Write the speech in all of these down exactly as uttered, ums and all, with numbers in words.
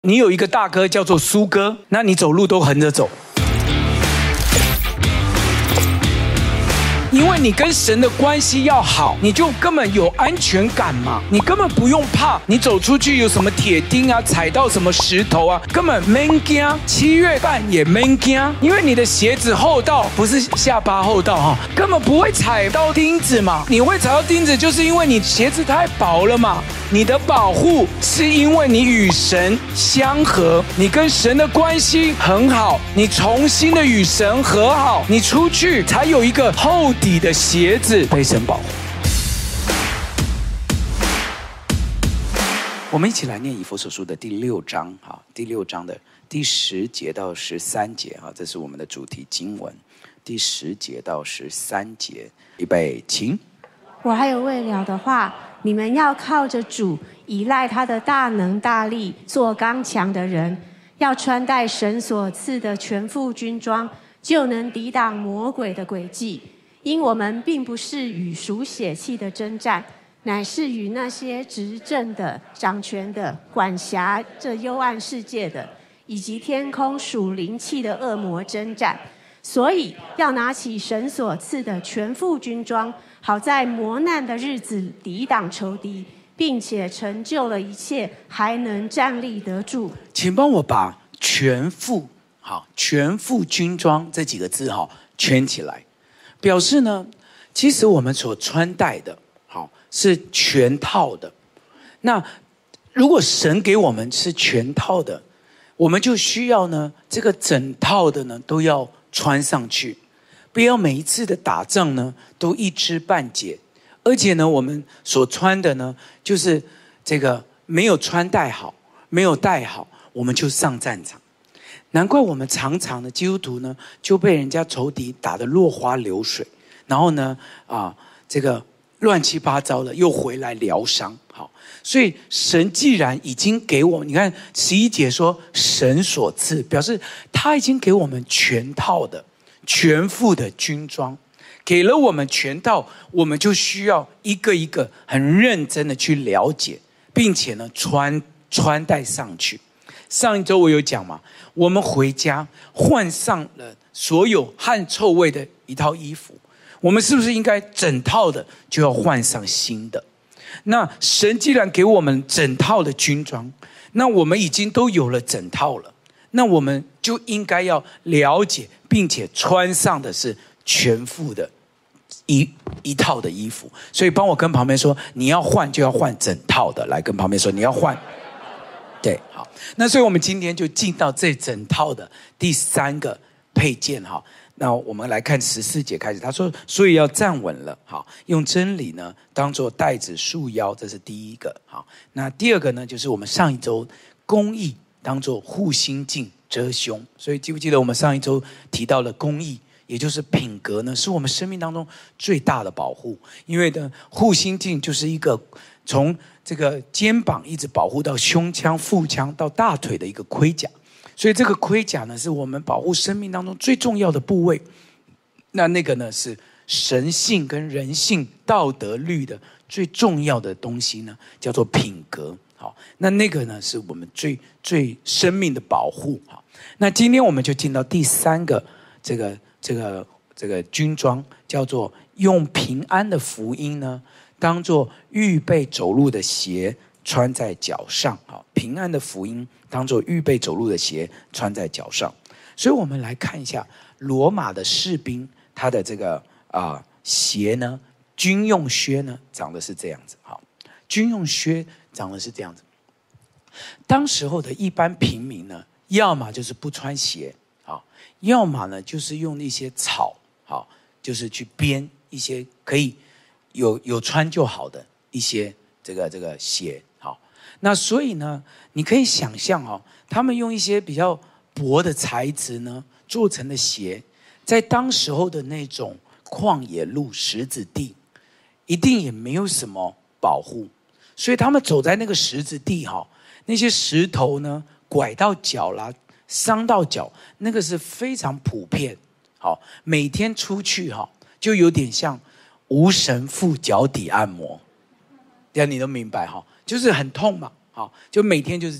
你有一个大哥叫做苏哥，那你走路都横着走，因为你跟神的关系要好，你就根本有安全感嘛，你根本不用怕你走出去有什么铁钉啊，踩到什么石头啊，根本没惊。七月半也没惊，因为你的鞋子厚道，不是下巴厚道哈，根本不会踩到钉子嘛。你会踩到钉子，就是因为你鞋子太薄了嘛。你的保护是因为你与神相合，你跟神的关系很好，你重新的与神和好，你出去才有一个厚底的鞋子被神保护。我们一起来念以弗所书的第六章，第六章的第十节到十三节，这是我们的主题经文。第十节到十三节，预备，请。 我还有未了的话，你们要靠着主，依赖他的大能大力，做刚强的人，要穿戴神所赐的全副军装，就能抵挡魔鬼的诡计。因我们并不是与属血气的征战，乃是与那些执政的、掌权的、管辖这幽暗世界的，以及天空属灵气的恶魔征战。所以要拿起神所赐的全副军装，好在磨难的日子抵挡仇敌，并且成就了一切，还能站立得住。 请帮我把全副好全副军装这几个字好圈起来，表示呢，其实我们所穿戴的好是全套的。那如果神给我们是全套的，我们就需要呢这个整套的呢都要穿上去，不要每一次的打仗呢都一知半解，而且呢我们所穿的呢就是这个没有穿戴好，没有戴好，我们就上战场。难怪我们常常的基督徒呢就被人家仇敌打得落花流水，然后呢啊这个乱七八糟的又回来疗伤。好，所以神既然已经给我们，你看十一节说神所赐，表示他已经给我们全套的全副的军装，给了我们全套，我们就需要一个一个很认真的去了解，并且呢穿穿戴上去。上一周我有讲嘛，我们回家换上了所有汗臭味的一套衣服，我们是不是应该整套的就要换上新的？那神既然给我们整套的军装，那我们已经都有了整套了，那我们就应该要了解并且穿上的是全副的一一套的衣服。所以帮我跟旁边说，你要换就要换整套的，来跟旁边说你要换。对，好，那所以我们今天就进到这整套的第三个配件哈。那我们来看十四节开始，他说，所以要站稳了，好，用真理呢当作带子束腰，这是第一个。好，那第二个呢，就是我们上一周公义当作护心镜遮胸。所以记不记得我们上一周提到了公义，也就是品格呢，是我们生命当中最大的保护。因为呢，护心镜就是一个从这个肩膀一直保护到胸腔、腹腔到大腿的一个盔甲。所以这个盔甲呢，是我们保护生命当中最重要的部位。那那个呢，是神性跟人性道德律的最重要的东西呢，叫做品格。好，那那个呢，是我们最最生命的保护。好，那今天我们就进到第三个这个这个这个军装，叫做用平安的福音呢，当作预备走路的鞋穿在脚上。好，平安的福音当作预备走路的鞋穿在脚上。所以我们来看一下罗马的士兵，他的这个啊、呃、鞋呢，军用靴呢，长得是这样子。好，军用靴长得是这样子。当时候的一般平民呢，要么就是不穿鞋，好，要么呢就是用一些草，好，就是去编一些可以有有穿就好的一些这个这个鞋。好，那所以呢，你可以想象哦，他们用一些比较薄的材质呢做成的鞋，在当时候的那种旷野路、石子地，一定也没有什么保护，所以他们走在那个石子地哈，那些石头呢拐到脚啦，伤到脚，那个是非常普遍。好，每天出去哈，就有点像无神父脚底按摩，这样你都明白哈，就是很痛嘛。好，就每天就是这样子。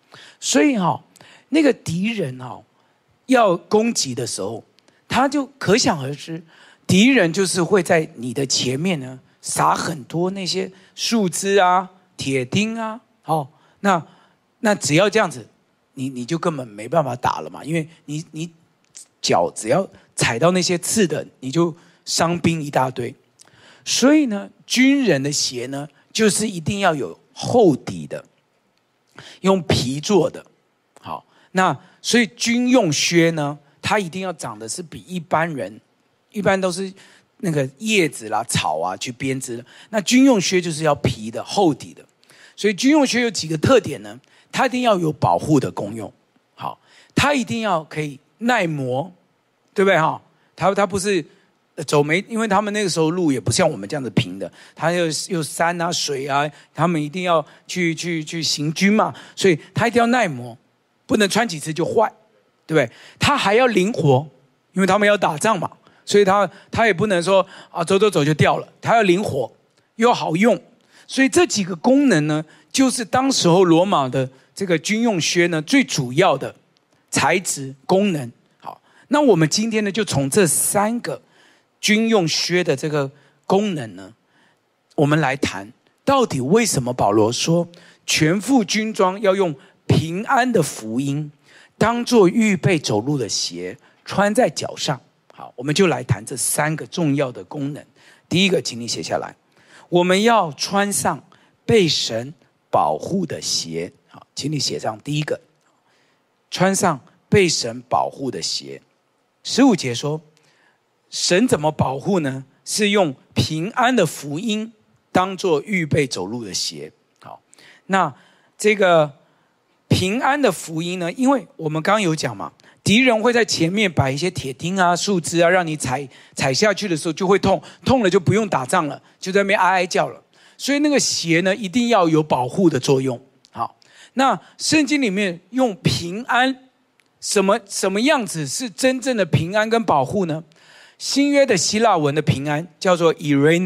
所以哈、哦，那个敌人哈、哦、要攻击的时候，他就可想而知，敌人就是会在你的前面呢撒很多那些树枝啊、铁钉啊，哦，那那只要这样子，你你就根本没办法打了嘛，因为你你脚只要踩到那些刺的，你就伤兵一大堆。所以呢，军人的鞋呢，就是一定要有厚底的，用皮做的。好，那所以军用靴呢，它一定要长得是比一般人，一般都是那个叶子啦、草啊去编织的。那军用靴就是要皮的、厚底的。所以军用靴有几个特点呢？它一定要有保护的功用。好，它一定要可以耐磨，对不对哈？它它不是。走没，因为他们那个时候路也不像我们这样子平的，它又有山啊、水啊，他们一定要去去去行军嘛，所以它一定要耐磨，不能穿几次就坏，对不对？它还要灵活，因为他们要打仗嘛，所以它它也不能说啊走走走就掉了，它要灵活又好用，所以这几个功能呢，就是当时候罗马的这个军用靴呢最主要的材质功能。好，那我们今天呢就从这三个军用靴的这个功能呢，我们来谈到底为什么保罗说全副军装要用平安的福音当作预备走路的鞋穿在脚上。好，我们就来谈这三个重要的功能。第一个，请你写下来，我们要穿上被神保护的鞋。好，请你写上第一个，穿上被神保护的鞋。十五节说，神怎么保护呢？是用平安的福音当作预备走路的鞋。好，那这个平安的福音呢，因为我们刚刚有讲嘛，敌人会在前面摆一些铁钉啊、树枝啊，让你踩踩下去的时候就会痛，痛了就不用打仗了，就在那边哀哀叫了。所以那个鞋呢，一定要有保护的作用。好，那圣经里面用平安，什么什么样子是真正的平安跟保护呢？新约的希腊文的平安叫做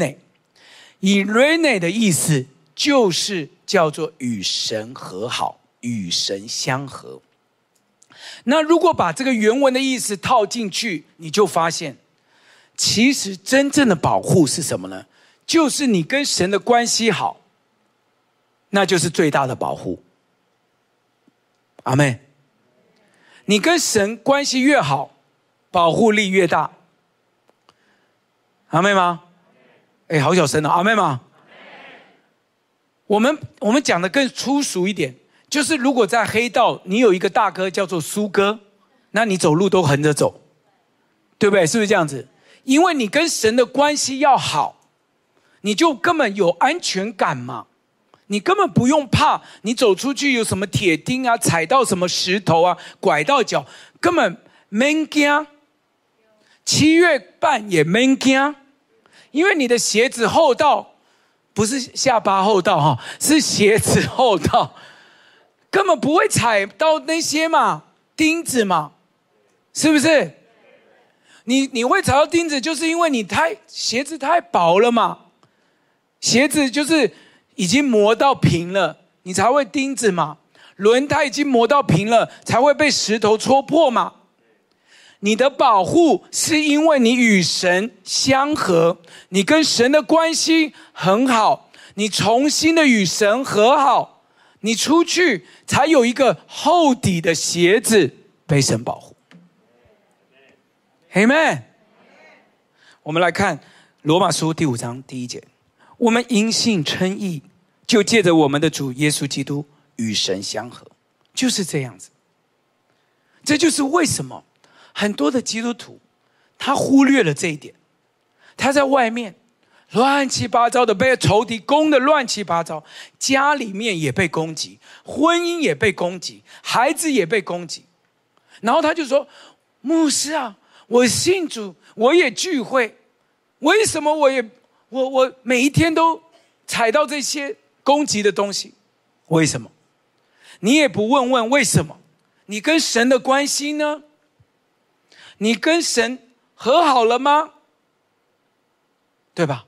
Irene，Irene 的意思就是叫做与神和好，与神相合。那如果把这个原文的意思套进去，你就发现其实真正的保护是什么呢？就是你跟神的关系好，那就是最大的保护。阿们。你跟神关系越好，保护力越大。阿们吗？哎，好小声哦，阿们吗？我们我们讲的更粗俗一点，就是如果在黑道你有一个大哥叫做苏哥，那你走路都横着走，对不对？是不是这样子？因为你跟神的关系要好，你就根本有安全感嘛，你根本不用怕你走出去有什么铁钉啊，踩到什么石头啊，拐到脚，根本免惊，七月半也免惊，因为你的鞋子厚到不是下巴厚到哈，是鞋子厚到根本不会踩到那些嘛钉子嘛，是不是？你你会踩到钉子，就是因为你太鞋子太薄了嘛，鞋子就是已经磨到平了，你才会钉子嘛。轮胎已经磨到平了，才会被石头戳破嘛。你的保护是因为你与神相合，你跟神的关系很好，你重新的与神和好，你出去才有一个厚底的鞋子被神保护。Amen。 我们来看罗马书第五章第一节，我们因信称义，就借着我们的主耶稣基督与神相合，就是这样子。这就是为什么很多的基督徒他忽略了这一点，他在外面乱七八糟的被仇敌攻得乱七八糟，家里面也被攻击，婚姻也被攻击，孩子也被攻击，然后他就说，牧师啊，我信主，我也聚会，为什么我也我我每一天都踩到这些攻击的东西？为什么？你也不问问为什么？你跟神的关系呢？你跟神和好了吗？对吧？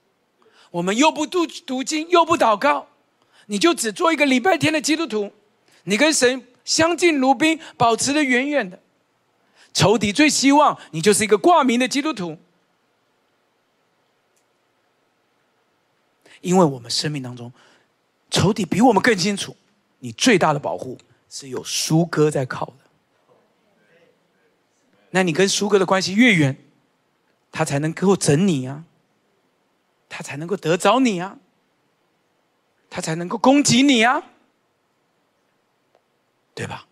我们又不读读经，又不祷告，你就只做一个礼拜天的基督徒， 你跟神相敬如宾，保持得远远的。仇敌最希望你就是一个挂名的基督徒，因为我们生命当中，仇敌比我们更清楚，你最大的保护是有苏哥在靠的。那你跟苏哥的关系越远，他才能够整你啊，他才能够得着你啊，他才能够攻击你啊，对吧？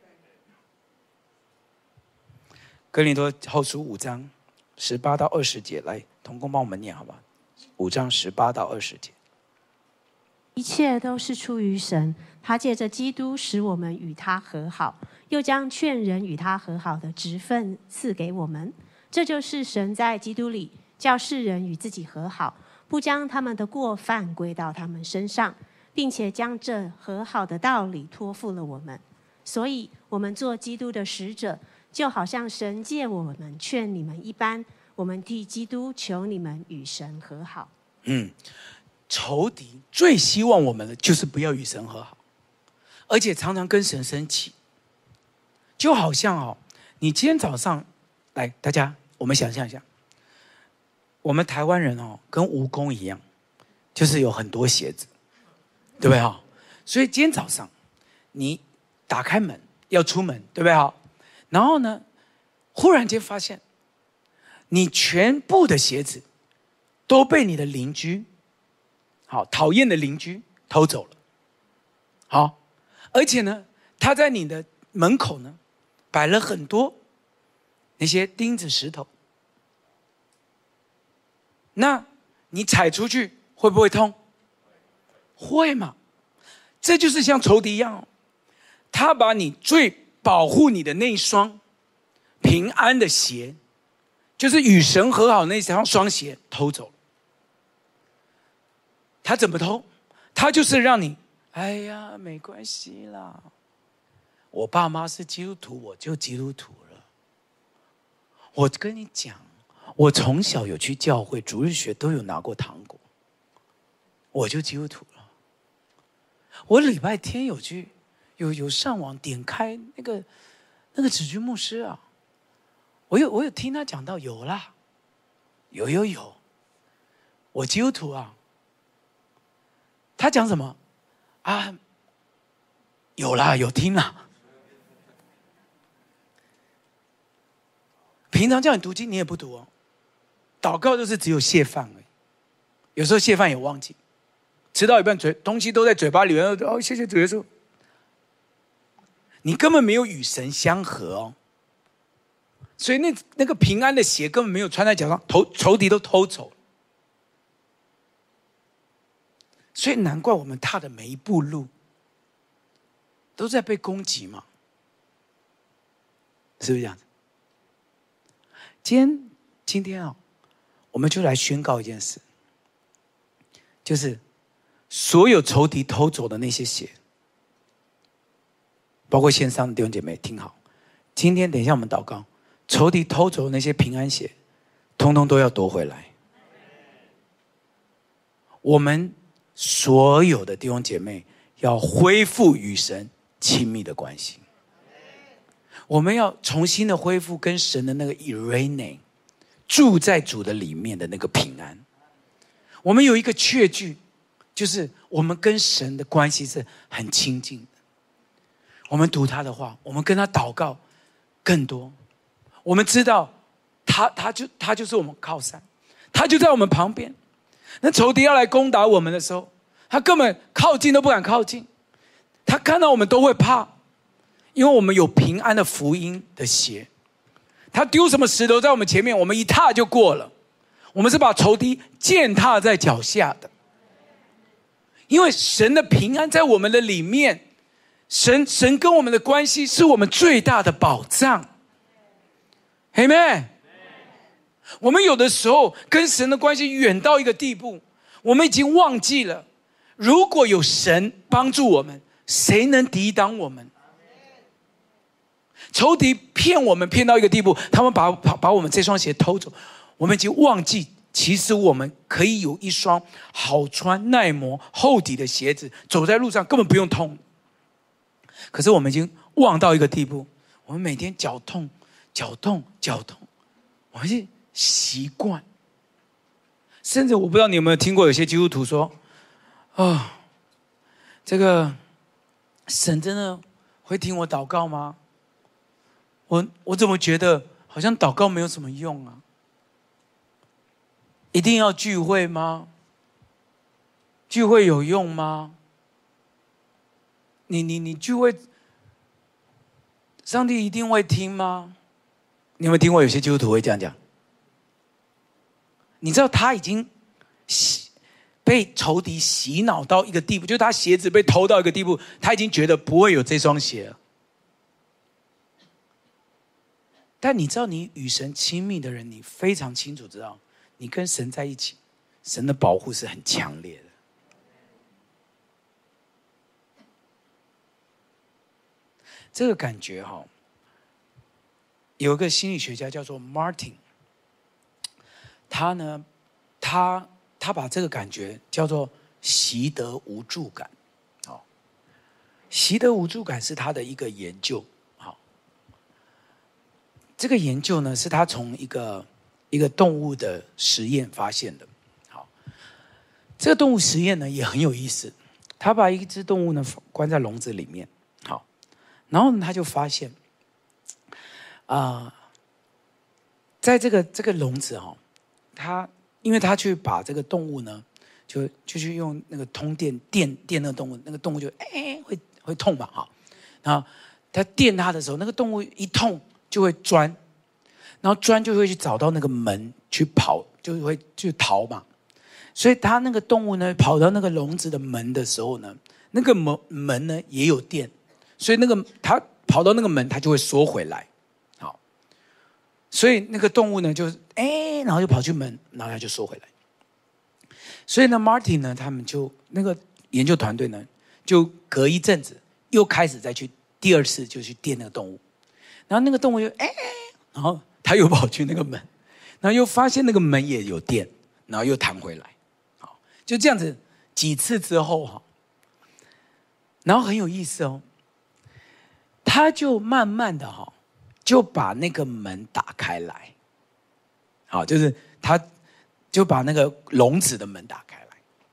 哥林多后书五章十八到二十节，来，同工帮我们念好吧？五章十八到二十节。 一切都是出于神，他借着基督使我们与他和好，又将劝人与他和好的职分赐给我们。这就是神在基督里叫世人与自己和好，不将他们的过犯归到他们身上，并且将这和好的道理托付了我们。所以我们做基督的使者，就好像神借我们劝你们一般，我们替基督求你们与神和好。 嗯，仇敌最希望我们的就是不要与神和好，而且常常跟神生气。就好像哦，你今天早上来，大家我们想象一下，我们台湾人哦，跟蜈蚣一样，就是有很多鞋子，对不对哈？所以今天早上你打开门要出门，对不对哈？然后呢，忽然间发现，你全部的鞋子都被你的邻居，好讨厌的邻居偷走了。好，而且呢，他在你的门口呢，摆了很多那些钉子石头。那你踩出去会不会痛？会嘛？这就是像仇敌一样哦，他把你最保护你的那一双平安的鞋，就是与神和好那双双鞋偷走了。他怎么偷？他就是让你，哎呀，没关系啦，我爸妈是基督徒，我就基督徒了。我跟你讲，我从小有去教会，主日学都有拿过糖果，我就基督徒了。我礼拜天有去，有有上网点开那个那个子君牧师啊，我有我有听他讲到，有啦，有有有，我基督徒啊。他讲什么啊？有啦，有听啦。平常叫你读经，你也不读哦。祷告就是只有谢饭而已，有时候谢饭也忘记，吃到一半嘴东西都在嘴巴里面，哦，谢谢主耶稣。你根本没有与神相合哦，所以那那个平安的鞋根本没有穿在脚上，仇仇敌都偷走了。所以难怪我们踏的每一步路都在被攻击嘛，是不是这样子？今天今天啊、哦，我们就来宣告一件事，就是所有仇敌偷走的那些鞋，包括线上的弟兄姐妹听好，今天等一下我们祷告，仇敌偷走的那些平安鞋通通都要夺回来。我们所有的弟兄姐妹要恢复与神亲密的关系，我们要重新的恢复跟神的那个 Irene 住在主的里面的那个平安。我们有一个确据，就是我们跟神的关系是很亲近的。我们读他的话，我们跟他祷告更多，我们知道他他就他就是我们靠山，他就在我们旁边。那仇敌要来攻打我们的时候，他根本靠近都不敢靠近，他看到我们都会怕，因为我们有平安的福音的鞋。他丢什么石头在我们前面，我们一踏就过了。我们是把仇敌践踏在脚下的，因为神的平安在我们的里面，神神跟我们的关系是我们最大的保障。Amen。我们有的时候跟神的关系远到一个地步，我们已经忘记了，如果有神帮助我们，谁能抵挡我们？仇敌骗我们骗到一个地步，他们把把我们这双鞋偷走，我们已经忘记，其实我们可以有一双好穿、耐磨、厚底的鞋子，走在路上根本不用痛。 可是我们已经忘到一个地步，我们每天脚痛、脚痛、脚痛，我们是习惯。甚至我不知道你有没有听过有些基督徒说：“哦，这个神真的会听我祷告吗？我我怎么觉得好像祷告没有什么用啊？一定要聚会吗？聚会有用吗？你你你聚会，上帝一定会听吗？”你有没有听过有些基督徒会这样讲？你知道他已经洗被仇敌洗脑到一个地步，就是他鞋子被偷到一个地步，他已经觉得不会有这双鞋了。但你知道，你与神亲密的人，你非常清楚知道，你跟神在一起，神的保护是很强烈的。这个感觉哈、哦，有一个心理学家叫做 Martin， 他呢，他他把这个感觉叫做习得无助感。好，习得无助感是他的一个研究。好，这个研究呢，是他从一个一个动物的实验发现的。好，这个动物实验呢也很有意思，他把一只动物呢关在笼子里面。好，然后呢他就发现，啊、呃，在这个这个笼子哈、哦，他因为他去把这个动物呢，就就去用那个通电电电那个动物，那个动物就哎会会痛嘛哈，然后他电它的时候，那个动物一痛就会钻，然后钻就会去找到那个门去跑，就会去逃嘛。所以他那个动物呢跑到那个笼子的门的时候呢，那个门门呢也有电，所以那个他跑到那个门，他就会缩回来。好，所以那个动物呢就哎，然后就跑去门，然后他就缩回来。所以呢 ，Martin 呢，他们就那个研究团队呢，就隔一阵子又开始再去第二次就去电那个动物，然后那个动物就哎，然后他又跑去那个门，然后又发现那个门也有电，然后又弹回来，好，就这样子几次之后哈，然后很有意思哦，他就慢慢的哈，就把那个门打开来，好，就是他。就把那个笼子的门打开来，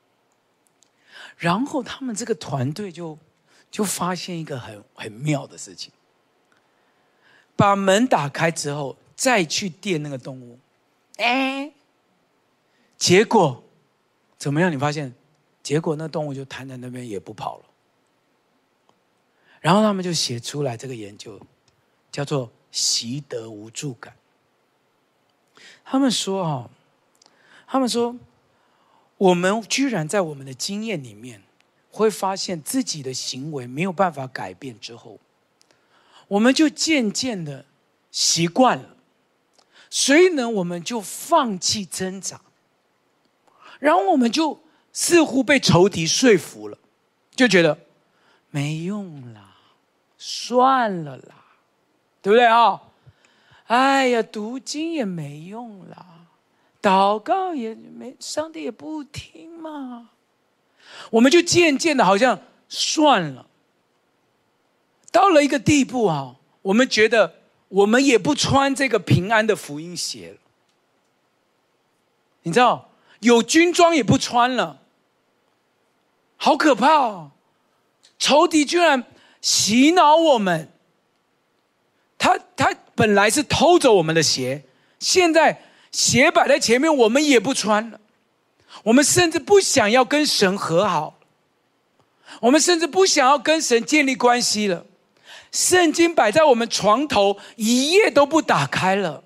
然后他们这个团队就就发现一个很很妙的事情：把门打开之后，再去电那个动物，哎，结果怎么样？你发现，结果那动物就瘫在那边也不跑了。然后他们就写出来这个研究，叫做习得无助感。他们说哦。他们说，我们居然在我们的经验里面，会发现自己的行为没有办法改变之后，我们就渐渐的习惯了，所以呢，我们就放弃挣扎，然后我们就似乎被仇敌说服了，就觉得没用啦，算了啦，对不对啊、哦？哎呀，读经也没用啦。祷告也没，上帝也不听嘛，我们就渐渐的好像算了，到了一个地步啊，我们觉得我们也不穿这个平安的福音鞋了，你知道，有军装也不穿了，好可怕哦！仇敌居然洗脑我们，他他本来是偷走我们的鞋，现在。鞋摆在前面，我们也不穿了。我们甚至不想要跟神和好，我们甚至不想要跟神建立关系了。圣经摆在我们床头，一页都不打开了。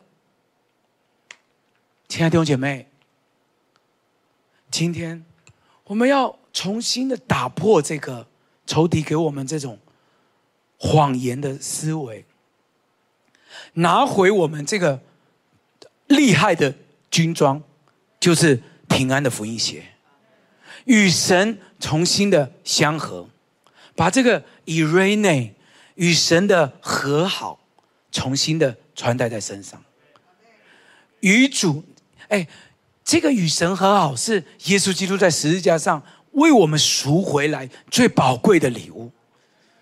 亲爱的弟兄姐妹，今天我们要重新的打破这个仇敌给我们这种谎言的思维，拿回我们这个厉害的军装，就是平安的福音鞋，与神重新的相合，把这个以瑞内与神的和好重新的穿戴在身上。与主，哎，这个与神和好是耶稣基督在十字架上为我们赎回来最宝贵的礼物。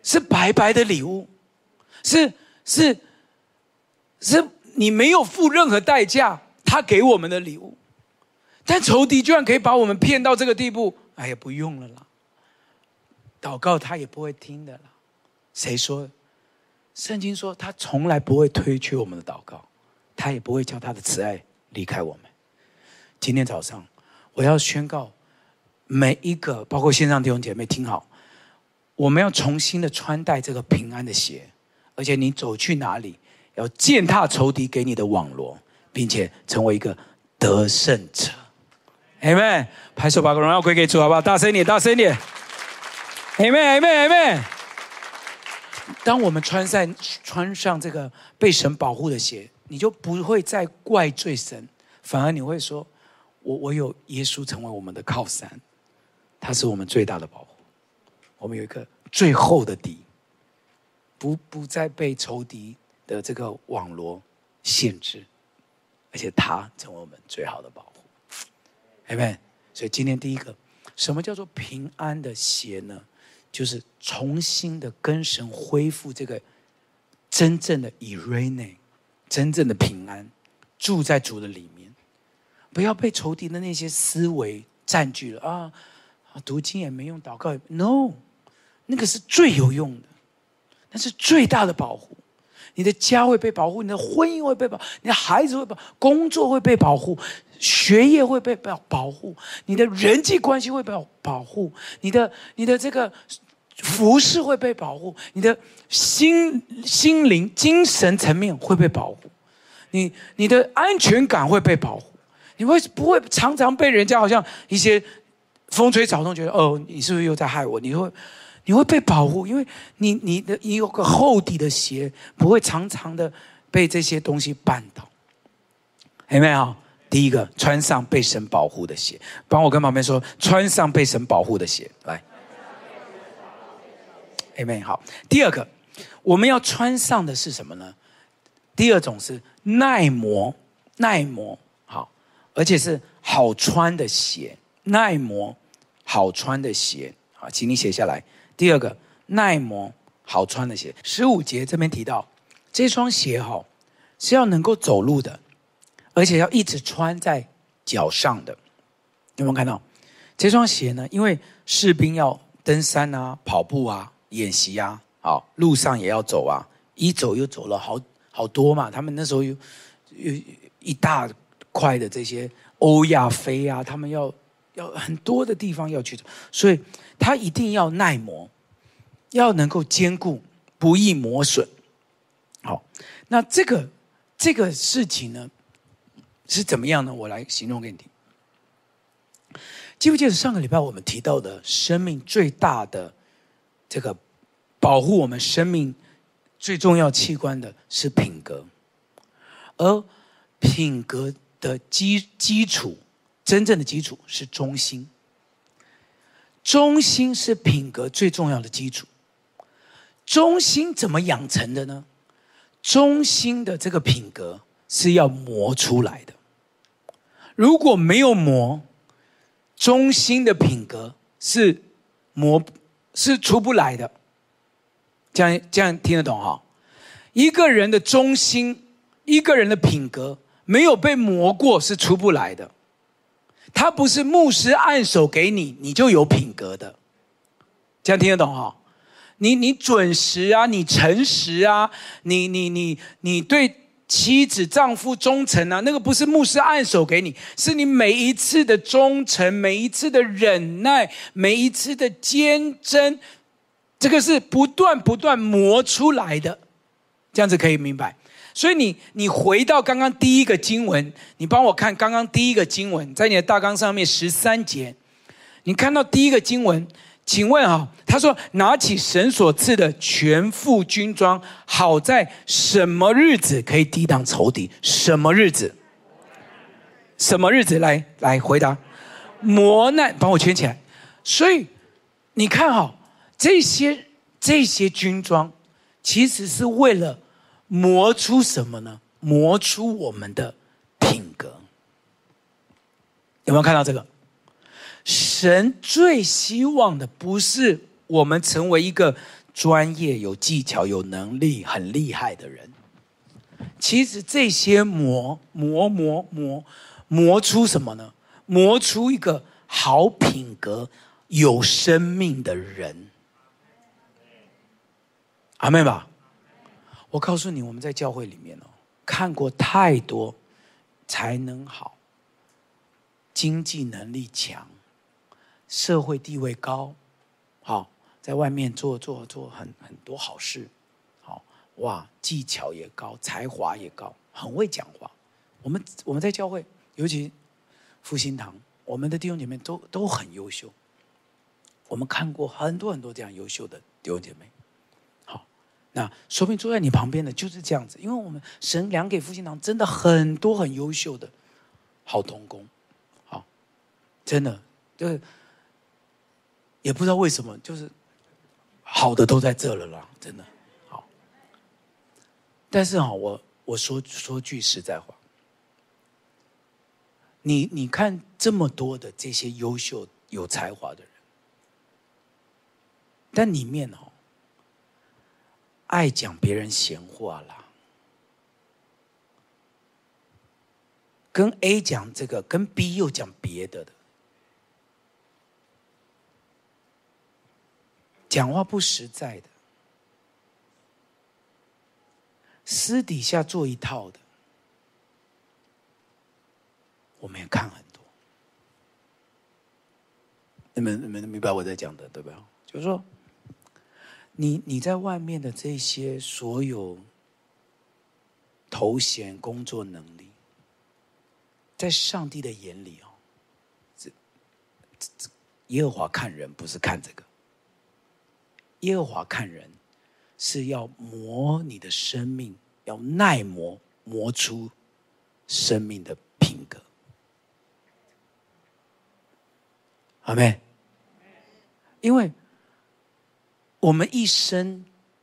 是白白的礼物，是是是你没有付任何代价，他给我们的礼物。但仇敌居然可以把我们骗到这个地步，哎呀，不用了啦，祷告他也不会听的啦。谁说的？圣经说他从来不会推却我们的祷告，他也不会叫他的慈爱离开我们。今天早上我要宣告每一个，包括线上弟兄姐妹听好，我们要重新的穿戴这个平安的鞋，而且你走去哪里要践踏仇敌给你的网罗，并且成为一个得胜者。Amen， 拍手把荣耀归给主，好不好？大声一点，大声一点。Amen， Amen， Amen。当我们穿上穿上这个被神保护的鞋，你就不会再怪罪神，反而你会说：我我有耶稣成为我们的靠山，他是我们最大的保护。我们有一个最厚的底，不不再被仇敌的这个网罗限制，而且他成为我们最好的保护。Amen。所以今天第一个，什么叫做平安的鞋呢？就是重新的跟神恢复这个真正的 eirene， 真正的平安，住在主的里面，不要被仇敌的那些思维占据了啊！读经也没用，祷告也 no， 那个是最有用的，那是最大的保护。你的家会被保护，你的婚姻会被保护，你的孩子会被保护，工作会被保护，学业会被保护，你的人际关系会被保护，你的你的这个服饰会被保护，你的心心灵精神层面会被保护，你你的安全感会被保护，你会不会常常被人家好像一些风吹草动，觉得哦，你是不是又在害我？你会你会被保护，因为你你的你有个厚底的鞋，不会常常的被这些东西绊倒。有没有？第一个，穿上被神保护的鞋。帮我跟旁边说，穿上被神保护的鞋。来 ，Amen。好，第二个，我们要穿上的是什么呢？第二种是耐磨，耐磨好，而且是好穿的鞋，耐磨好穿的鞋。好，请你写下来。第二个，耐磨好穿的鞋。十五节这边提到，这双鞋哈是要能够走路的，而且要一直穿在脚上的。有没有看到这双鞋呢？因为士兵要登山啊、跑步啊、演习啊，好，路上也要走啊，一走又走了好好多嘛。他们那时候有有一大块的这些欧亚非啊，他们要要很多的地方要去走，所以他一定要耐磨，要能够坚固，不易磨损。好，那这个这个事情呢是怎么样呢？我来形容给你听。记不记得上个礼拜我们提到的生命最大的这个保护我们生命最重要器官的是品格，而品格的基基础，真正的基础是忠心。忠心是品格最重要的基础。忠心怎么养成的呢？忠心的这个品格是要磨出来的。如果没有磨，忠心的品格是磨是出不来的。这样这样听得懂哈？一个人的忠心，一个人的品格没有被磨过是出不来的。他不是牧师按手给你，你就有品格的。这样听得懂哈？你你准时啊，你诚实啊，你你你你对妻子丈夫忠诚啊，那个不是牧师按手给你，是你每一次的忠诚，每一次的忍耐，每一次的坚贞，这个是不断不断磨出来的。这样子可以明白？所以你你回到刚刚第一个经文，你帮我看刚刚第一个经文，在你的大纲上面十三节，你看到第一个经文，请问啊，他说拿起神所赐的全副军装，好在什么日子可以抵挡仇敌？什么日子？什么日子？来来回答。磨难，帮我圈起来。所以你看哈，这些这些军装其实是为了磨出什么呢？磨出我们的品格。有没有看到这个？神最希望的不是我们成为一个专业、有技巧、有能力、很厉害的人。其实这些磨磨磨磨磨出什么呢？磨出一个好品格、有生命的人。阿们吧。我告诉你，我们在教会里面哦，看过太多才能好、经济能力强、社会地位高，好，在外面做做做很很多好事，好哇，技巧也高，才华也高，很会讲话。我们我们在教会，尤其复兴堂，我们的弟兄姐妹都都很优秀。我们看过很多很多这样优秀的弟兄姐妹。那说不定坐在你旁边的就是这样子，因为我们神量给复兴堂真的很多很优秀的好同工，好，真的就是也不知道为什么，就是好的都在这了啦，真的好。但是哈，我我说说句实在话，你你看这么多的这些优秀有才华的人，但里面哦。爱讲别人闲话啦，跟 A 讲这个，跟 B 又讲别的的，讲话不实在的，私底下做一套的，我们也看很多。你们你们明白我在讲的对吧？就是说。你你在外面的这些所有头衔、工作能力，在上帝的眼里哦，这这耶和华看人不是看这个，耶和华看人是要磨你的生命，要耐磨，磨出生命的品格。阿们。因为我们一生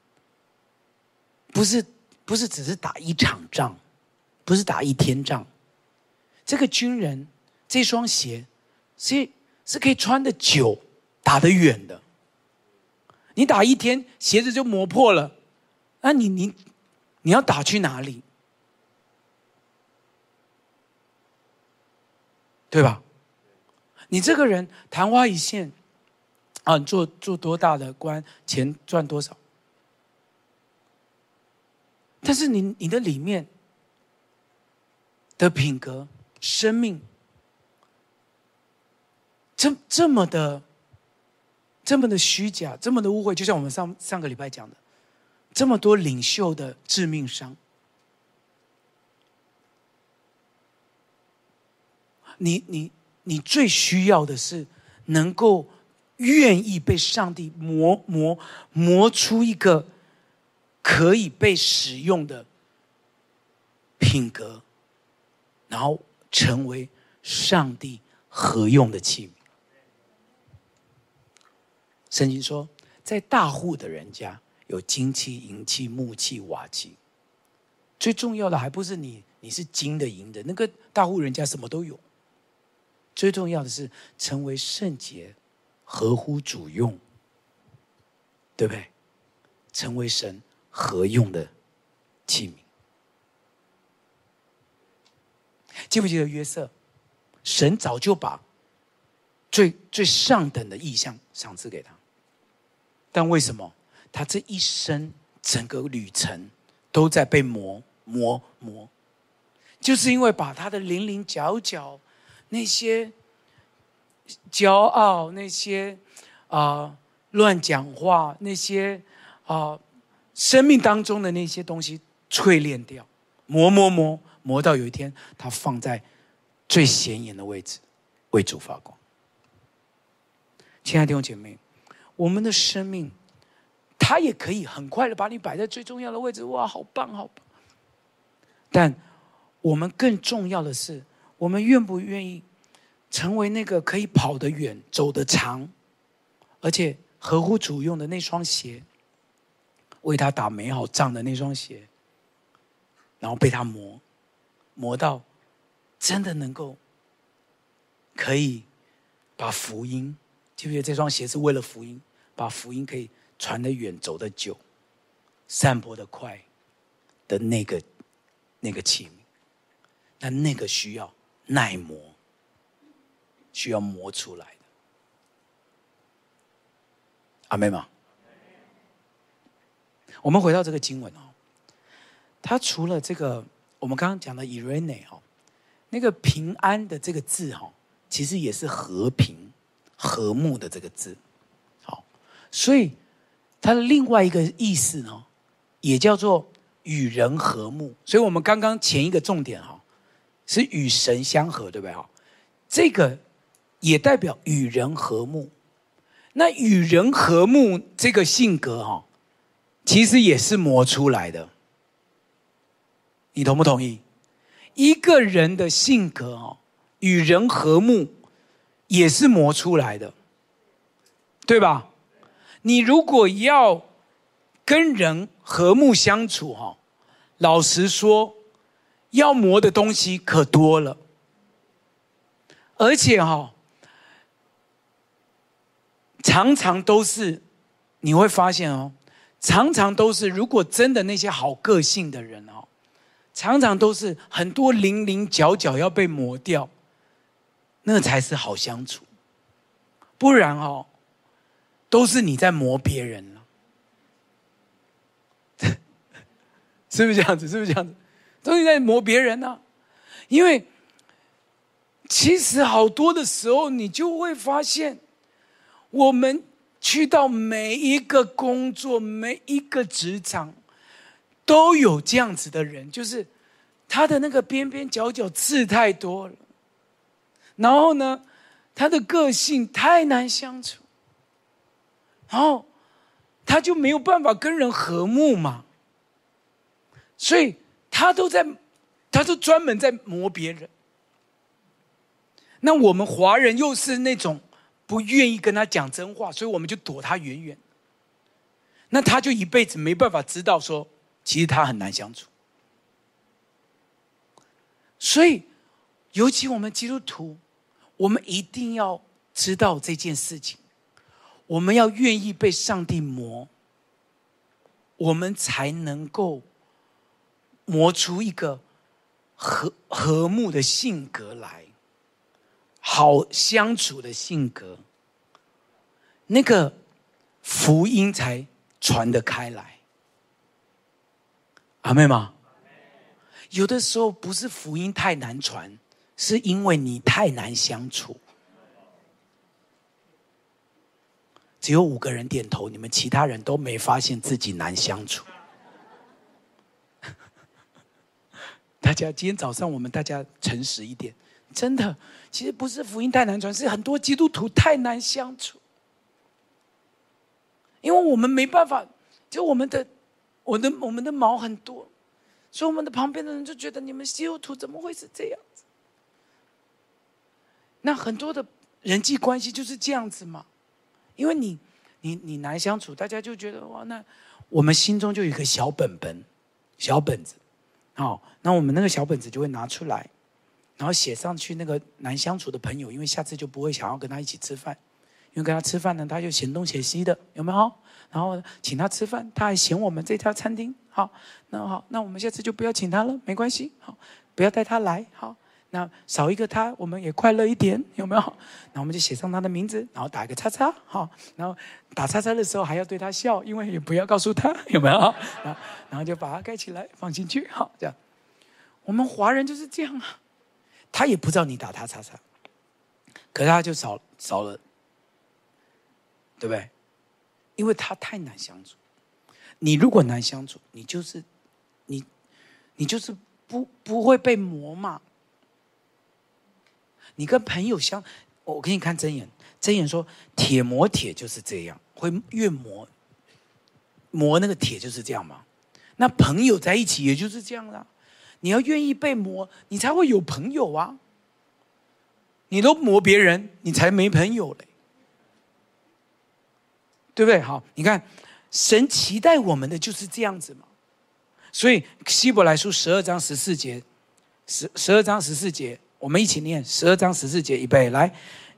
不是不是只是打一场仗，不是打一天仗。这个军人这双鞋是是可以穿得久、打得远的。你打一天，鞋子就磨破了，那你你你要打去哪里？对吧？你这个人昙花一现啊，你做做多大的官，钱赚多少？但是你你的里面的品格、生命，这这么的、这么的虚假，这么的污秽，就像我们上上个礼拜讲的，这么多领袖的致命伤。你你你最需要的是能够愿意被上帝磨磨磨出一个可以被使用的品格，然后成为上帝合用的器皿。圣经说，在大户的人家有金器、银器、木器、瓦器，最重要的还不是你你是金的、银的，那个大户人家什么都有。最重要的是成为圣洁、合乎主用，对不对？成为神合用的器皿。记不记得约瑟？神早就把最最上等的意象赏赐给他，但为什么他这一生整个旅程都在被磨磨磨？就是因为把他的零零角角，那些骄傲，那些啊、呃、乱讲话，那些啊、呃、生命当中的那些东西淬炼掉，磨磨磨磨到有一天，他放在最显眼的位置，为主发光。亲爱的弟兄姐妹，我们的生命，他也可以很快的把你摆在最重要的位置，哇，好棒好棒。但我们更重要的是，我们愿不愿意成为那个可以跑得远、走得长，而且合乎主用的那双鞋，为他打美好仗的那双鞋，然后被他磨磨到真的能够可以把福音，记不记得这双鞋是为了福音，把福音可以传得远、走得久、散播得快的那个那个器皿，那那个需要耐磨，需要磨出来的。阿们吗？我们回到这个经文哦，它除了这个我们刚刚讲的 Irene 哦，那个平安的这个字哈，其实也是和平、和睦的这个字。好，所以它的另外一个意思呢，也叫做与人和睦。所以我们刚刚前一个重点哈，是与神相合，对不对哈？这个也代表与人和睦。那与人和睦这个性格哈，其实也是磨出来的。你同不同意？一个人的性格哈，与人和睦也是磨出来的，对吧？你如果要跟人和睦相处哈，老实说，要磨的东西可多了，而且哈，常常都是你会发现哦，常常都是如果真的那些好个性的人哦，常常都是很多棱棱角角要被磨掉，那才是好相处。不然哦，都是你在磨别人了，是不是这样子？是不是这样子？都是你在磨别人啊！因为其实好多的时候，你就会发现，我们去到每一个工作、每一个职场，都有这样子的人，就是他的那个边边角角刺太多了，然后呢，他的个性太难相处，然后他就没有办法跟人和睦嘛，所以他都在，他就专门在磨别人。那我们华人又是那种不愿意跟他讲真话，所以我们就躲他远远。那他就一辈子没办法知道说，其实他很难相处。所以，尤其我们基督徒，我们一定要知道这件事情，我们要愿意被上帝磨，我们才能够磨出一个和和睦的性格来，好相处的性格，那个福音才传得开来。阿们吗？有的时候不是福音太难传，是因为你太难相处。只有五个人点头，你们其他人都没发现自己难相处。大家今天早上我们大家诚实一点，真的，其实不是福音太难传，是很多基督徒太难相处。因为我们没办法，就我们的我的我们的毛很多，所以我们的旁边的人就觉得你们基督徒怎么会是这样子？那很多的人际关系就是这样子嘛，因为你你你难相处，大家就觉得哇，那我们心中就有一个小本本、小本子，好，那我们那个小本子就会拿出来，然后写上去那个难相处的朋友，因为下次就不会想要跟他一起吃饭。因为跟他吃饭呢，他就嫌东嫌西的，有没有？然后请他吃饭，他还嫌我们这家餐厅好，那好，那我们下次就不要请他了，没关系，好，不要带他来，好，那少一个他，我们也快乐一点，有没有？那我们就写上他的名字，然后打一个叉叉，好，然后打叉叉的时候还要对他笑，因为也不要告诉他，有没有？然后然后就把它盖起来，放进去，好，这样。我们华人就是这样啊，他也不知道你打他叉叉，可是他就少少了。对不对？因为他太难相处。你如果难相处，你就是你，你就是不不会被磨嘛。你跟朋友相，我给你看箴言，箴言说铁磨铁就是这样，会越磨磨那个铁就是这样嘛。那朋友在一起也就是这样啦。你要愿意被磨，你才会有朋友啊。你都磨别人，你才没朋友嘞。对不对？好，你看，神期待我们的就是这样子嘛。所以希伯来书十二章十四节，十十二章十四节，我们一起念十二章十四节，预备来，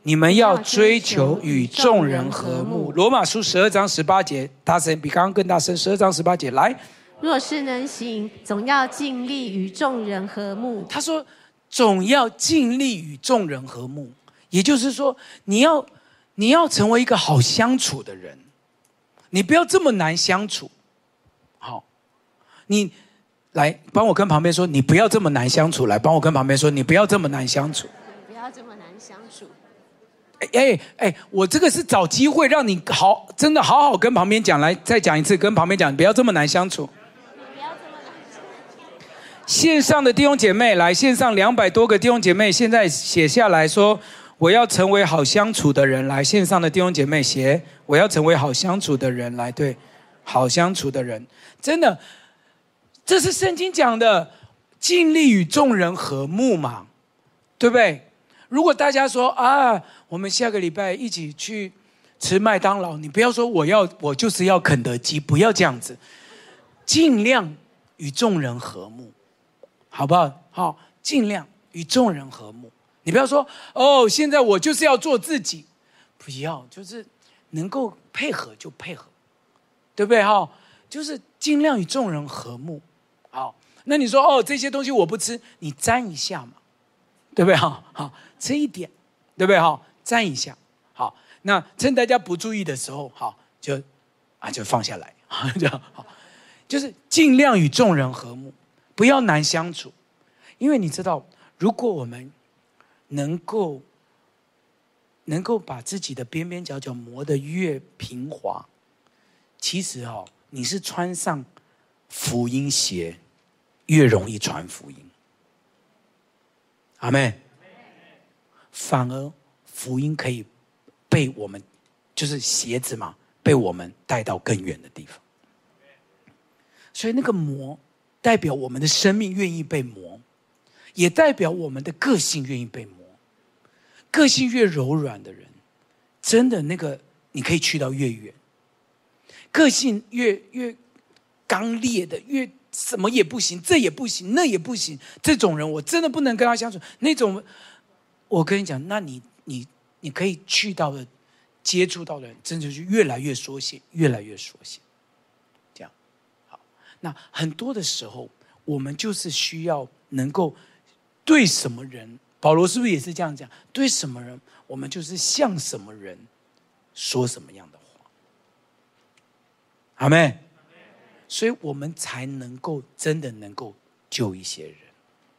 你们要追求与众人和睦。罗马书十二章十八节，大声，比刚刚更大声。十二章十八节，来。 若是能行，总要尽力与众人和睦。 他说，总要尽力与众人和睦，也就是说，你要你要成为一个好相处的人，你不要这么难相处。好，你来帮我跟旁边说，你不要这么难相处。来帮我跟旁边说，你不要这么难相处。 不要这么难相处。 哎哎哎，我这个是找机会让你好，真的好好跟旁边讲。来，再讲一次，跟旁边讲，不要这么难相处。 不要这么难相处。 线上的弟兄姐妹，来，线上两百多个弟兄姐妹，现在写下来说，我要成为好相处的人。来，线上的弟兄姐妹写，我要成为好相处的人。来，对，好相处的人，真的，这是圣经讲的，尽力与众人和睦嘛，对不对？如果大家说啊，我们下个礼拜一起去吃麦当劳，你不要说我要我就是要肯德基，不要这样子，尽量与众人和睦，好不好？好，尽量与众人和睦。你不要说哦，现在我就是要做自己，不要，就是能够配合就配合，对不对？哈，就是尽量与众人和睦。好，那你说哦，这些东西我不吃，你沾一下嘛，对不对？好，好，吃一点，对不对？好，沾一下。好，那趁大家不注意的时候，好，就啊就放下来，就好，就是尽量与众人和睦，不要难相处。因为你知道，如果我们能够能够把自己的边边角角磨得越平滑，其实哦，你是穿上福音鞋，越容易传福音。阿们。反而福音可以被我们，就是鞋子嘛，被我们带到更远的地方。所以那个磨，代表我们的生命愿意被磨，也代表我们的个性愿意被磨。个性越柔软的人，真的那个你可以去到越远。个性越越刚烈的，越什么也不行，这也不行，那也不行，这种人我真的不能跟他相处。那种，我跟你讲，那你你你可以去到的、接触到的人，真的是越来越缩限，越来越缩限。这样，好，那很多的时候，我们就是需要能够对什么人，保罗是不是也是这样讲？对什么人，我们就是像什么人，说什么样的话。阿们。所以我们才能够真的能够救一些人。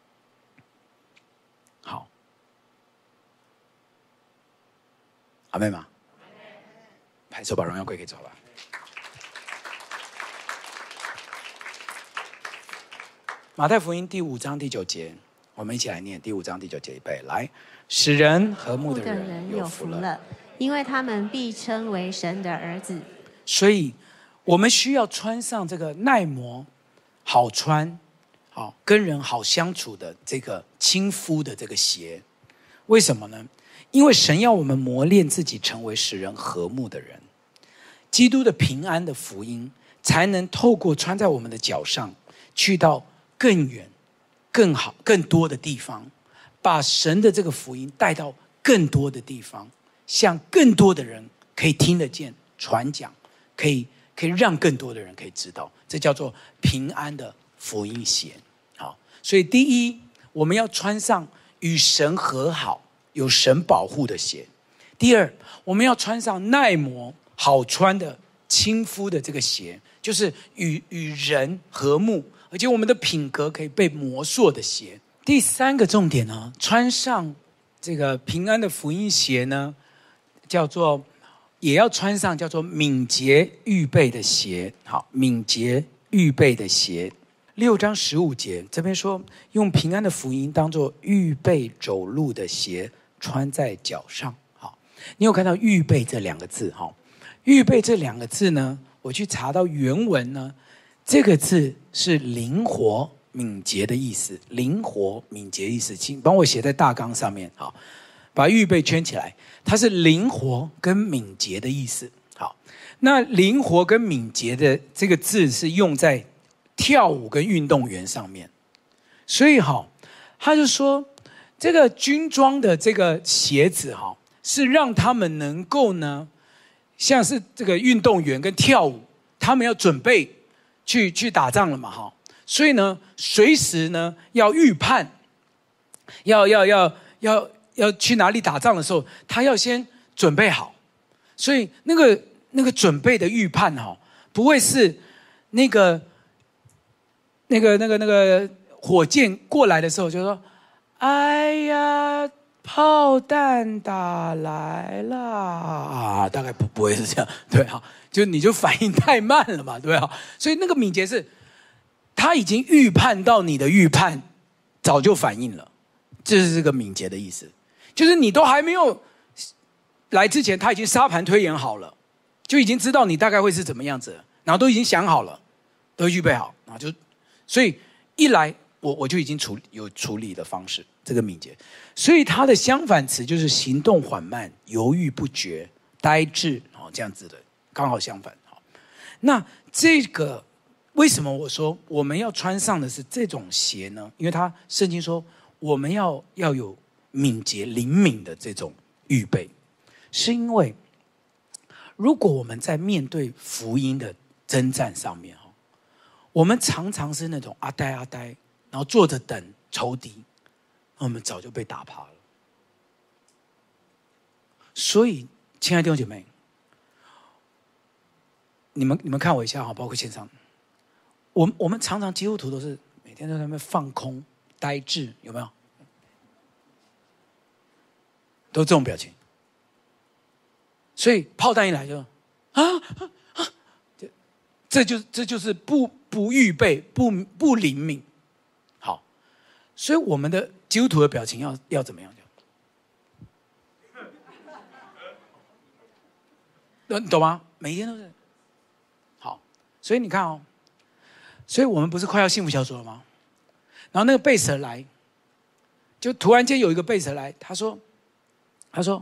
好，阿们吗？拍手把荣耀归给主吧。马太福音第五章第九节，我们一起来念第五章第九节，预备来。使人和睦的人有福了， 因为他们必称为神的儿子。 所以我们需要穿上这个耐磨、好穿、好跟人好相处的这个亲肤的这个鞋。为什么呢？因为神要我们磨练自己，成为使人和睦的人。基督的平安的福音，才能透过穿在我们的脚上，去到更远、更好、更多的地方，把神的这个福音带到更多的地方，向更多的人可以听得见、传讲，可以。可以让更多的人可以知道，这叫做平安的福音鞋。好，所以第一，我们要穿上与神和好、有神保护的鞋；第二，我们要穿上耐磨、好穿的亲肤的这个鞋，就是与与人和睦，而且我们的品格可以被磨塑的鞋。第三个重点呢，穿上这个平安的福音鞋呢，叫做。也要穿上叫做敏捷预备的鞋。好，敏捷预备的鞋。六章十五节这边说，用平安的福音当作预备走路的鞋穿在脚上。好，你有看到预备这两个字？好，预备这两个字呢，我去查到原文呢，这个字是灵活敏捷的意思。灵活敏捷意思，请帮我写在大纲上面。好，把预备圈起来。它是灵活跟敏捷的意思。好，那灵活跟敏捷的这个字是用在跳舞跟运动员上面，所以好，他就说这个军装的这个鞋子哈， 是让他们能够呢，像是这个运动员跟跳舞，他们要准备去去打仗了嘛，哈，所以呢，随时呢要预判，要要要要要去哪里打仗的时候，他要先准备好，所以那个那个准备的预判哈，不会是那个那个那个那个火箭过来的时候就说，哎呀。炮弹打来了啊，大概不不会是这样，对哈，就你就反应太慢了嘛，对哈，所以那个敏捷是，他已经预判到你的预判，早就反应了，这是这个敏捷的意思，就是你都还没有来之前，他已经沙盘推演好了，就已经知道你大概会是怎么样子了，然后都已经想好了，都预备好，然后就，所以一来我我就已经处有处理的方式。这个敏捷，所以它的相反词就是行动缓慢、犹豫不决、呆滞，哦，这样子的，刚好相反。好，那这个为什么我说我们要穿上的是这种鞋呢？因为它圣经说我们要要有敏捷、灵敏的这种预备，是因为如果我们在面对福音的征战上面，我们常常是那种阿呆阿呆，然后坐着等仇敌。我们早就被打趴了，所以，亲爱的弟兄姐妹，你们你们看我一下哈，包括线上，我我们常常基督徒都是每天都在那边放空、呆滞，有没有？都这种表情，所以炮弹一来就啊啊啊，这这就这就是不不预备、不不灵敏。好，所以我们的。基督徒的表情要要怎么样？你懂吗？每一天都是好，所以你看哦，所以我们不是快要幸福小组了吗？然后那个贝舍来，就突然间有一个贝舍来，他说：“他说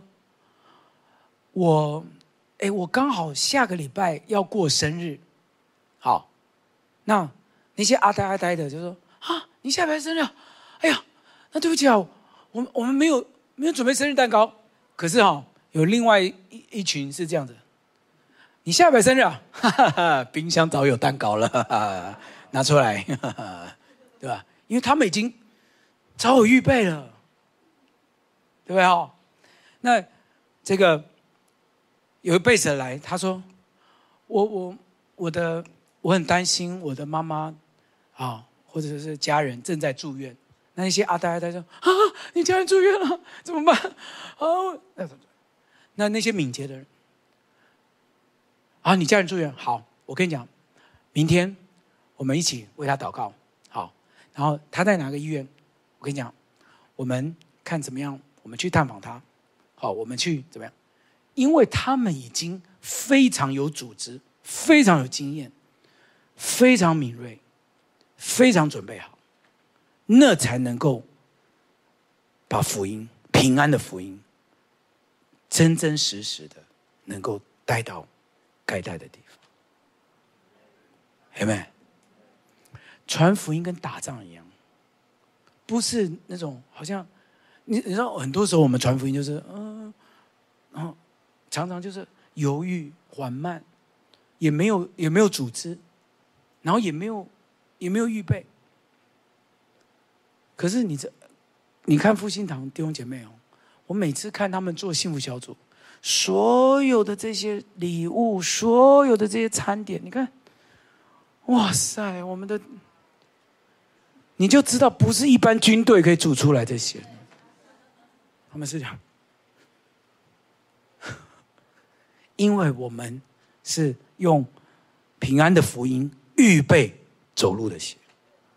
我，哎，我刚好下个礼拜要过生日，好，那那些阿呆阿呆的就说啊，你下礼拜生日，哎呀。”那对不起啊，我们我们没有没有准备生日蛋糕，可是哈、哦、有另外一一群是这样子，你下礼拜生日啊，哈哈哈，冰箱早有蛋糕了，哈哈，拿出来，哈哈，对吧？因为他们已经早有预备了，对不对哈？那这个有个贝舍来，他说，我我我的我很担心我的妈妈啊，或者是家人正在住院。那些阿呆阿呆说啊，你家人住院了，怎么办？哦，那那些敏捷的人啊，你家人住院，好，我跟你讲，明天我们一起为他祷告，好，然后他在哪个医院？我跟你讲，我们看怎么样，我们去探访他，好，我们去怎么样？因为他们已经非常有组织，非常有经验，非常敏锐，非常准备好。那才能够把福音、平安的福音，真真实实的能够带到该带的地方。有没有？传福音跟打仗一样，不是那种好像你你知道，很多时候我们传福音就是嗯，然后常常就是犹豫、缓慢，也没有也没有组织，然后也没有也没有预备。可是你这，你看复兴堂弟兄姐妹哦，我每次看他们做幸福小组，所有的这些礼物，所有的这些餐点，你看，哇塞，我们的，你就知道不是一般军队可以煮出来这些，他们是这样，因为我们是用平安的福音预备走路的鞋。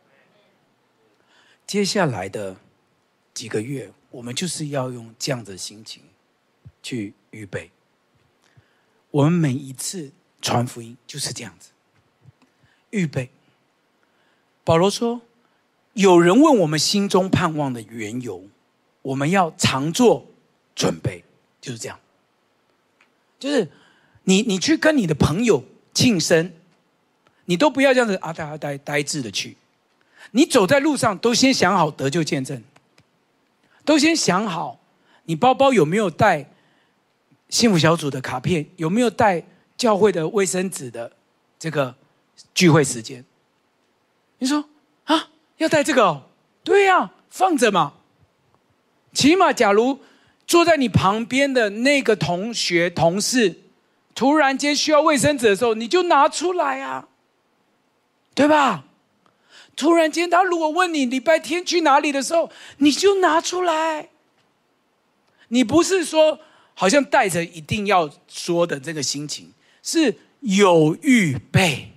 接下来的几个月，我们就是要用这样的心情去预备。我们每一次传福音就是这样子，预备。保罗说，有人问我们心中盼望的缘由，我们要常做准备，就是这样。就是你你去跟你的朋友庆生，你都不要这样子阿呆阿呆呆滞的去。你走在路上都先想好得救见证，都先想好你包包有没有带幸福小组的卡片？有没有带教会的卫生纸的这个聚会时间？你说啊，要带这个哦？对呀、啊，放着嘛。起码假如坐在你旁边的那个同学同事突然间需要卫生纸的时候，你就拿出来啊，对吧？突然间他如果问你礼拜天去哪里的时候，你就拿出来。你不是说好像带着一定要说的这个心情，是有预备，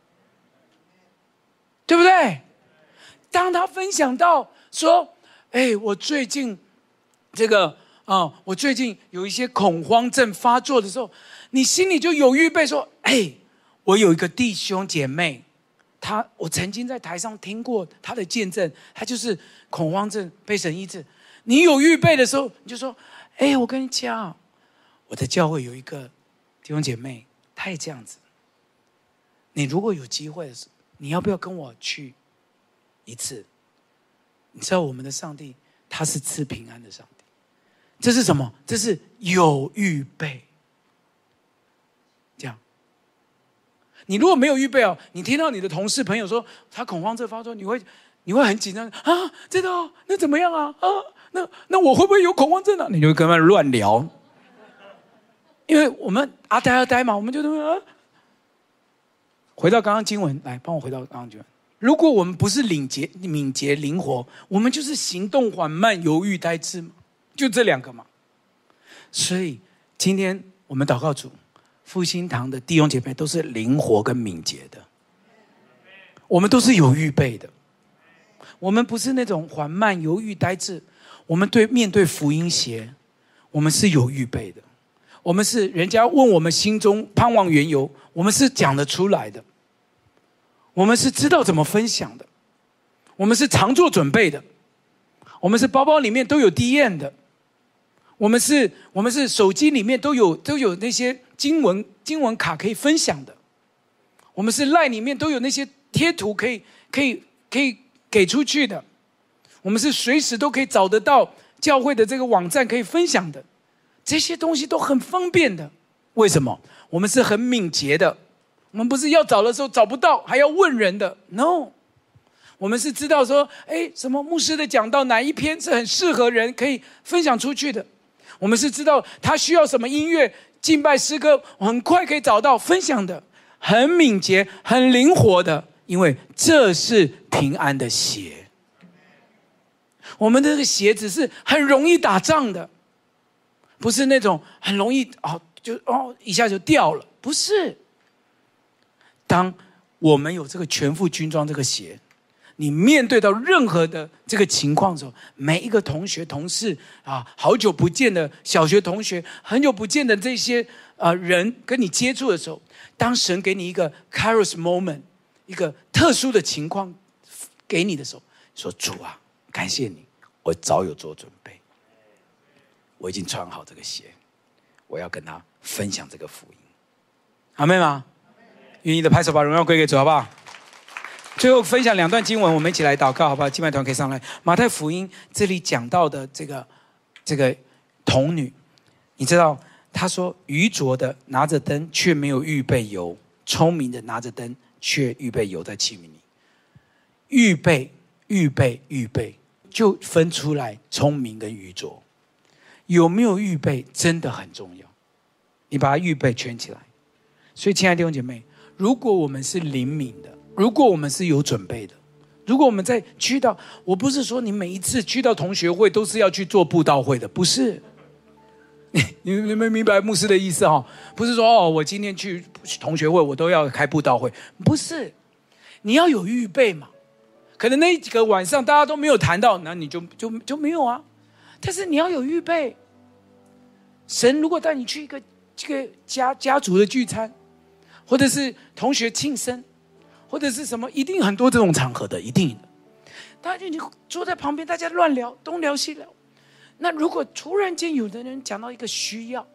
对不对？当他分享到说，哎，我最近这个啊、呃，我最近有一些恐慌症发作的时候，你心里就有预备说，哎，我有一个弟兄姐妹，他我曾经在台上听过他的见证，他就是恐慌症被神医治。你有预备的时候，你就说，哎，我跟你讲，我的教会有一个弟兄姐妹，他也这样子。你如果有机会的时候，你要不要跟我去一次？你知道我们的上帝他是赐平安的上帝，这是什么？这是有预备。这样，你如果没有预备哦，你听到你的同事朋友说他恐慌症发作，你会你会很紧张啊，真的哦？那怎么样啊？啊，那那我会不会有恐慌症啊？你就会跟他们乱聊，因为我们阿呆阿呆嘛，我们就啊。回到刚刚经文，来帮我回到刚刚经文。如果我们不是敏捷、敏捷、灵活，我们就是行动缓慢、犹豫、呆滞嘛，就这两个嘛。所以今天我们祷告主，复兴堂的弟兄姐妹都是灵活跟敏捷的，我们都是有预备的，我们不是那种缓慢、犹豫、呆滞。我们对面对福音鞋，我们是有预备的，我们是人家问我们心中盼望缘由，我们是讲得出来的。我们是知道怎么分享的，我们是常做准备的，我们是包包里面都有 D M 的，我们是我们是手机里面都有都有那些经文经文卡可以分享的，我们是 LINE 里面都有那些贴图可以可以可以给出去的，我们是随时都可以找得到教会的这个网站可以分享的，这些东西都很方便的。为什么？我们是很敏捷的。我们不是要找的时候找不到还要问人的 ，no， 我们是知道说，哎，什么牧师的讲道哪一篇是很适合人可以分享出去的，我们是知道他需要什么音乐敬拜诗歌，很快可以找到分享的，很敏捷很灵活的，因为这是平安的鞋。我们这个鞋子是很容易打仗的，不是那种很容易哦就哦一下就掉了，不是。当我们有这个全副军装这个鞋，你面对到任何的这个情况的时候，每一个同学同事啊，好久不见的小学同学，很久不见的这些呃人跟你接触的时候，当神给你一个 Kairos moment， 一个特殊的情况给你的时候，说主啊，感谢你，我早有做准备，我已经穿好这个鞋，我要跟他分享这个福音。阿们吗？愿意的拍手，把荣耀归给主，好不好？最后分享两段经文，我们一起来祷告，好不好？敬拜团可以上来。马太福音这里讲到的这个这个童女，你知道他说愚拙的拿着灯却没有预备油，聪明的拿着灯却预备油在器皿里。预备预备预备，就分出来聪明跟愚拙。有没有预备真的很重要，你把它预备圈起来。所以亲爱的弟兄姐妹，如果我们是灵敏的，如果我们是有准备的，如果我们在去到，我不是说你每一次去到同学会都是要去做布道会的，不是。你你们明白牧师的意思哈？不是说哦，我今天去同学会我都要开布道会，不是。你要有预备嘛。可能那几个晚上大家都没有谈到，那你就就就没有啊。但是你要有预备。神如果带你去一个这个家家族的聚餐，或者是同学庆生，或者是什么，一定很多这种场合的，一定的。大家就你坐在旁边，大家乱聊，东聊西聊。那如果突然间有的人讲到一个需要，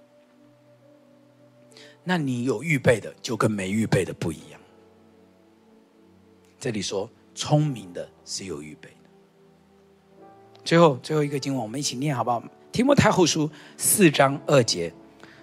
那你有预备的就跟没预备的不一样。这里说聪明的是有预备的。最后最后一个经文我们一起念好不好？提摩太后书四章二节，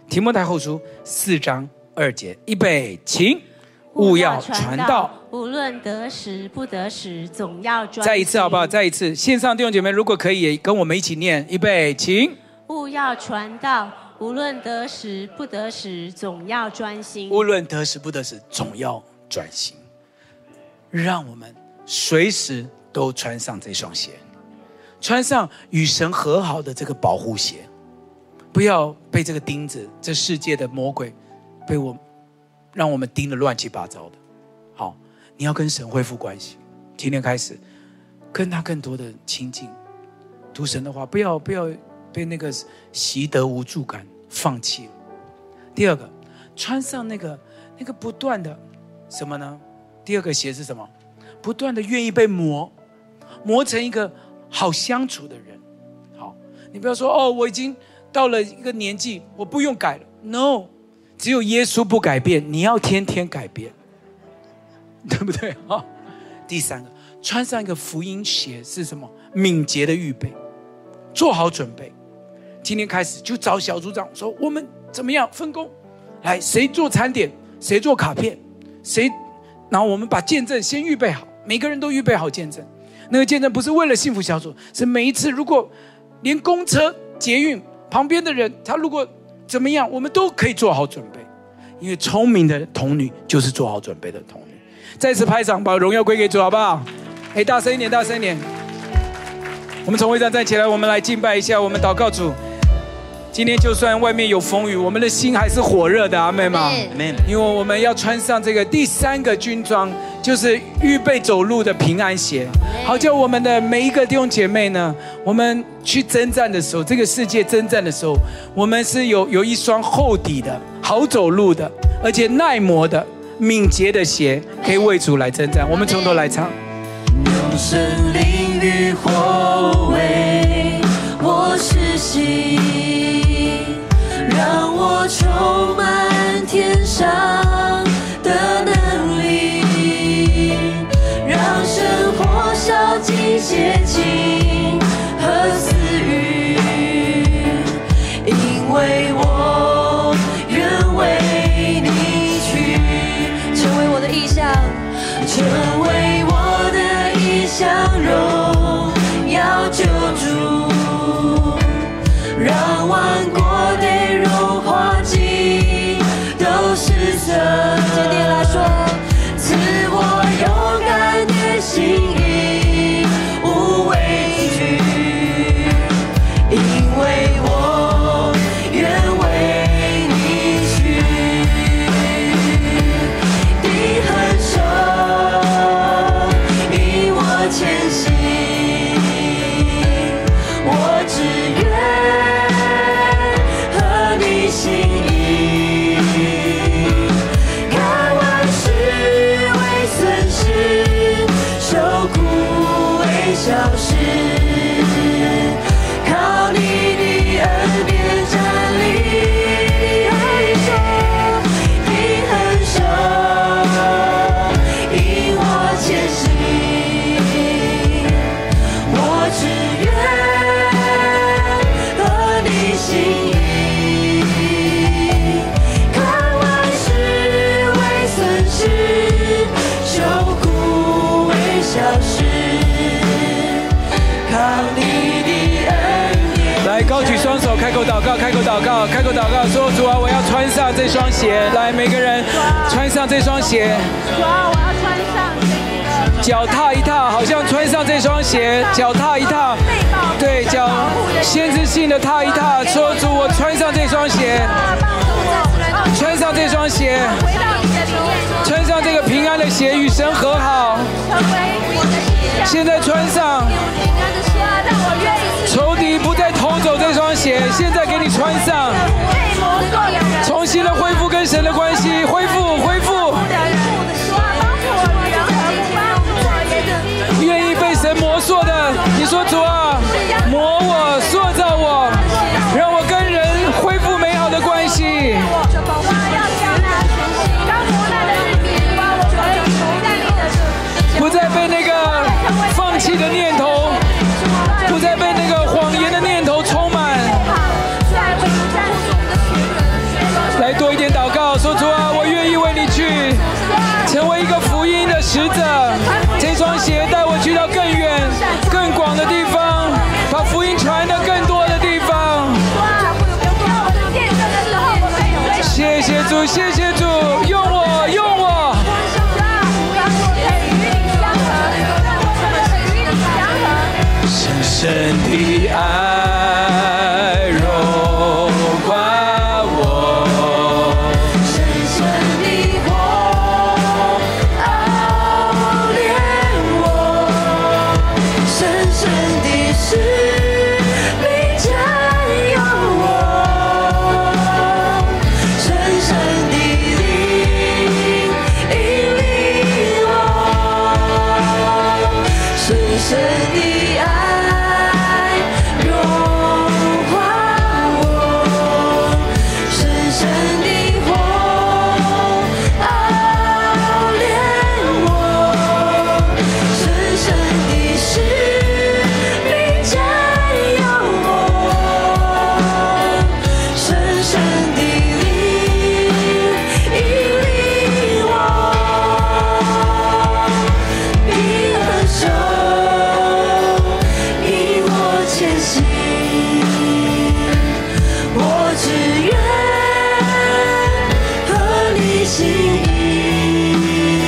提摩太后书四章二节，预备，请。勿要传道， 无论得时不得时，总要专心。 再一次好不好？再一次，线上弟兄姐妹，如果可以，也跟我们一起念，预备，请。 勿要传道，无论得时不得时，总要专心。 无论得时不得时，总要专心。让我们随时都穿上这双鞋，穿上与神和好的这个保护鞋，不要被这个钉子，这世界的魔鬼，被我。让我们盯得乱七八糟的。好，你要跟神恢复关系，今天开始跟他更多的亲近，读神的话，不要不要被那个习得无助感放弃了。第二个，穿上那个那个不断的什么呢？第二个鞋是什么？不断的愿意被磨，磨成一个好相处的人。好，你不要说哦，我已经到了一个年纪，我不用改了。No。只有耶稣不改变，你要天天改变，对不对？第三个，穿上一个福音鞋是什么？敏捷的预备，做好准备。今天开始就找小组长说，我们怎么样分工？来，谁做餐点，谁做卡片，谁，然后我们把见证先预备好，每个人都预备好见证。那个见证不是为了幸福小组，是每一次如果连公车、捷运旁边的人，他如果怎么样，我们都可以做好准备，因为聪明的童女就是做好准备的童女。再次拍掌，把荣耀归给主，好不好？哎，大声一点，大声一点！我们从会上站起来，我们来敬拜一下，我们祷告主。今天就算外面有风雨，我们的心还是火热的，阿们吗？因为我们要穿上这个第三个军装，就是预备走路的平安鞋，好叫我们的每一个弟兄姐妹呢，我们去征战的时候，这个世界征战的时候，我们是有有一双厚底的、好走路的，而且耐磨的、敏捷的鞋，可以为主来征战。我们从头来唱。 用神灵与火为我实行，让我充满天上的能力，让生活烧尽邪情和私欲，因为我愿为你去成为我的意象，成为我的意象，荣耀救主，让万国得荣华尽都是神。今天来说，赐我勇敢的心意，无畏惧，因为我愿为你去。你很手引我前行，我只愿合你心意，看万事为损失，受苦为小事，靠你的恩典站立。你很手引我前行，我只愿合你心意，看万事为损失，受苦为小事，靠你的恩典。 来，高举双手，开口祷告，开口祷告，开口祷告，说主啊，我要穿上这双鞋。来，每个人穿上这双鞋。 主啊，我要穿上这个， 脚踏一踏，好像穿上这双鞋，脚踏一踏，对，脚先知性的踏一踏，说主，我穿上这双鞋，穿上这双鞋，穿上这个平安的鞋，与神和好。现在穿上，仇敌不再偷走这双鞋，现在给你穿上，重新的恢复跟神的关系，恢复，恢复。愿意被神磨塑的，你说主啊，磨我，塑造我，让我跟人恢复美好的关系。不再被那个放弃的念头，不再被那个谎言的念头充满。 主，谢谢主，用我，用我。 让我可以与你相合，让我们是与你相合。 深深的爱融化我， 深深的火熬炼我，深深的使命占有我，深深的灵引领我，深深的爱融化我，深深的火熬炼我，深深的使命占有我，深深的灵引领我，你的手引我前行，我只愿合你心意，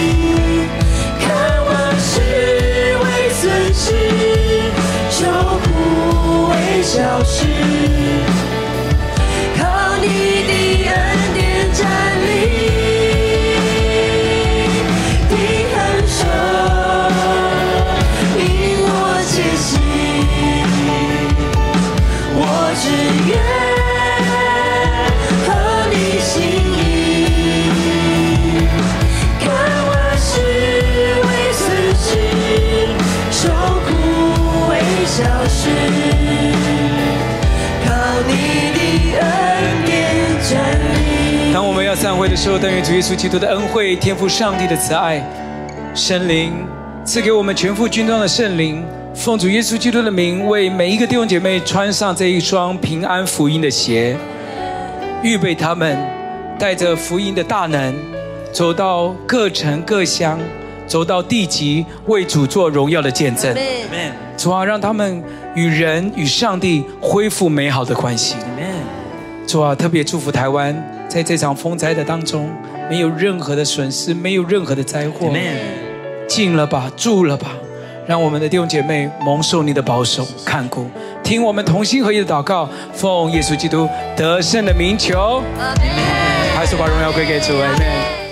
看万事为损失，守护为小事，靠你的恩典站立，的恩手引我前行，我只愿合你心意，看万事为损失，受苦为小事，靠你的恩典站立。 当我们要散会的时候，但愿主耶稣基督的恩惠、天父上帝的慈爱、圣灵赐给我们全副军装的圣灵，奉主耶稣基督的名，为每一个弟兄姐妹穿上这一双平安福音的鞋，预备他们带着福音的大能，走到各城各乡，走到地极，为主做荣耀的见证。主啊，让他们与人与上帝恢复美好的关系。主啊，特别祝福台湾，在这场风灾的当中，没有任何的损失，没有任何的灾祸。进了吧，住了吧，让我们的弟兄姐妹蒙受你的保守看顾。听我们同心合一的祷告，奉耶稣基督得胜的名求，还是把荣耀归给主。阿们。